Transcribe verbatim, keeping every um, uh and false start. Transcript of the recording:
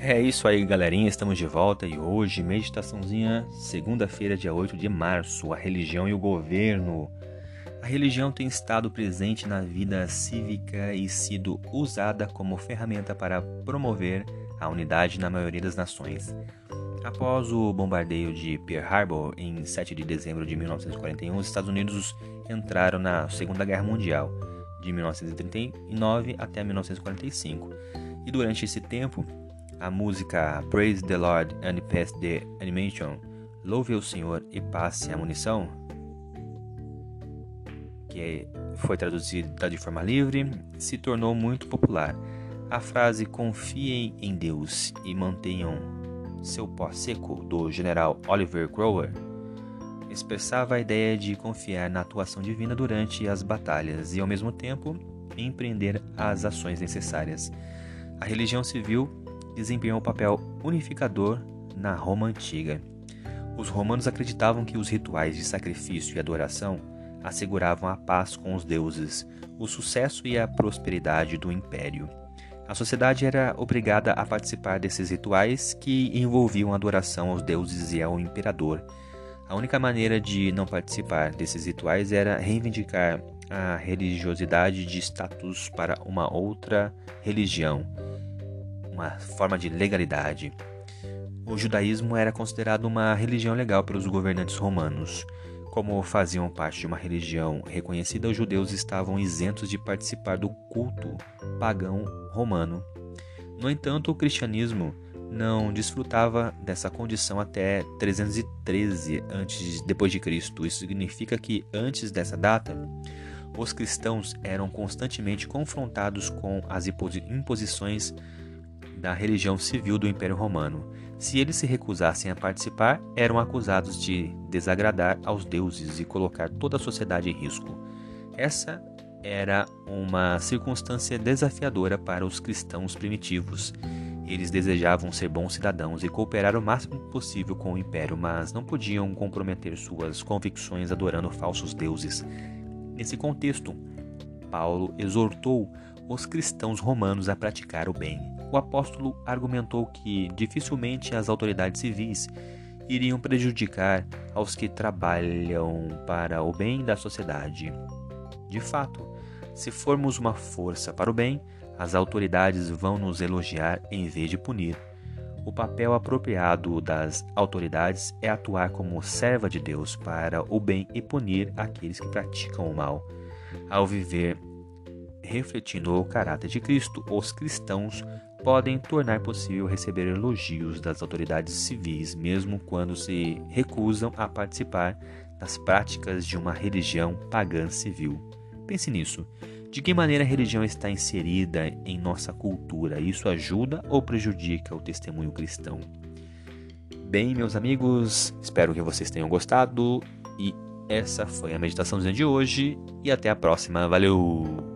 É isso aí, galerinha, estamos de volta e hoje, meditaçãozinha, segunda-feira, dia oito de março, a religião e o governo. A religião tem estado presente na vida cívica e sido usada como ferramenta para promover a unidade na maioria das nações. Após o bombardeio de Pearl Harbor, em sete de dezembro de mil novecentos e quarenta e um, os Estados Unidos entraram na Segunda Guerra Mundial, de mil novecentos e trinta e nove até mil novecentos e quarenta e cinco. E durante esse tempo, a música Praise the Lord and Pass the Ammunition, Louve o Senhor e Passe a Munição, que foi traduzida de forma livre, se tornou muito popular. A frase Confiem em Deus e mantenham seu pó seco, do general Oliver Cromwell, expressava a ideia de confiar na atuação divina durante as batalhas e, ao mesmo tempo, empreender as ações necessárias. A religião civil desempenhou um papel unificador na Roma antiga. Os romanos acreditavam que os rituais de sacrifício e adoração asseguravam a paz com os deuses, o sucesso e a prosperidade do império. A sociedade era obrigada a participar desses rituais que envolviam a adoração aos deuses e ao imperador. A única maneira de não participar desses rituais era reivindicar a religiosidade de status para uma outra religião, uma forma de legalidade. O judaísmo era considerado uma religião legal pelos governantes romanos. Como faziam parte de uma religião reconhecida, os judeus estavam isentos de participar do culto pagão romano. No entanto, o cristianismo não desfrutava dessa condição até trezentos e treze antes, depois de Cristo. Isso significa que antes dessa data, os cristãos eram constantemente confrontados com as imposições da religião civil do Império Romano. Se eles se recusassem a participar, eram acusados de desagradar aos deuses e colocar toda a sociedade em risco. Essa era uma circunstância desafiadora para os cristãos primitivos. Eles desejavam ser bons cidadãos e cooperar o máximo possível com o Império, mas não podiam comprometer suas convicções adorando falsos deuses. Nesse contexto, Paulo exortou os cristãos romanos a praticar o bem. O apóstolo argumentou que dificilmente as autoridades civis iriam prejudicar aos que trabalham para o bem da sociedade. De fato, se formos uma força para o bem, as autoridades vão nos elogiar em vez de punir. O papel apropriado das autoridades é atuar como serva de Deus para o bem e punir aqueles que praticam o mal. Ao viver refletindo o caráter de Cristo, os cristãos podem tornar possível receber elogios das autoridades civis, mesmo quando se recusam a participar das práticas de uma religião pagã civil. Pense nisso. De que maneira a religião está inserida em nossa cultura? Isso ajuda ou prejudica o testemunho cristão? Bem, meus amigos, espero que vocês tenham gostado e essa foi a meditaçãozinha de hoje e até a próxima. Valeu!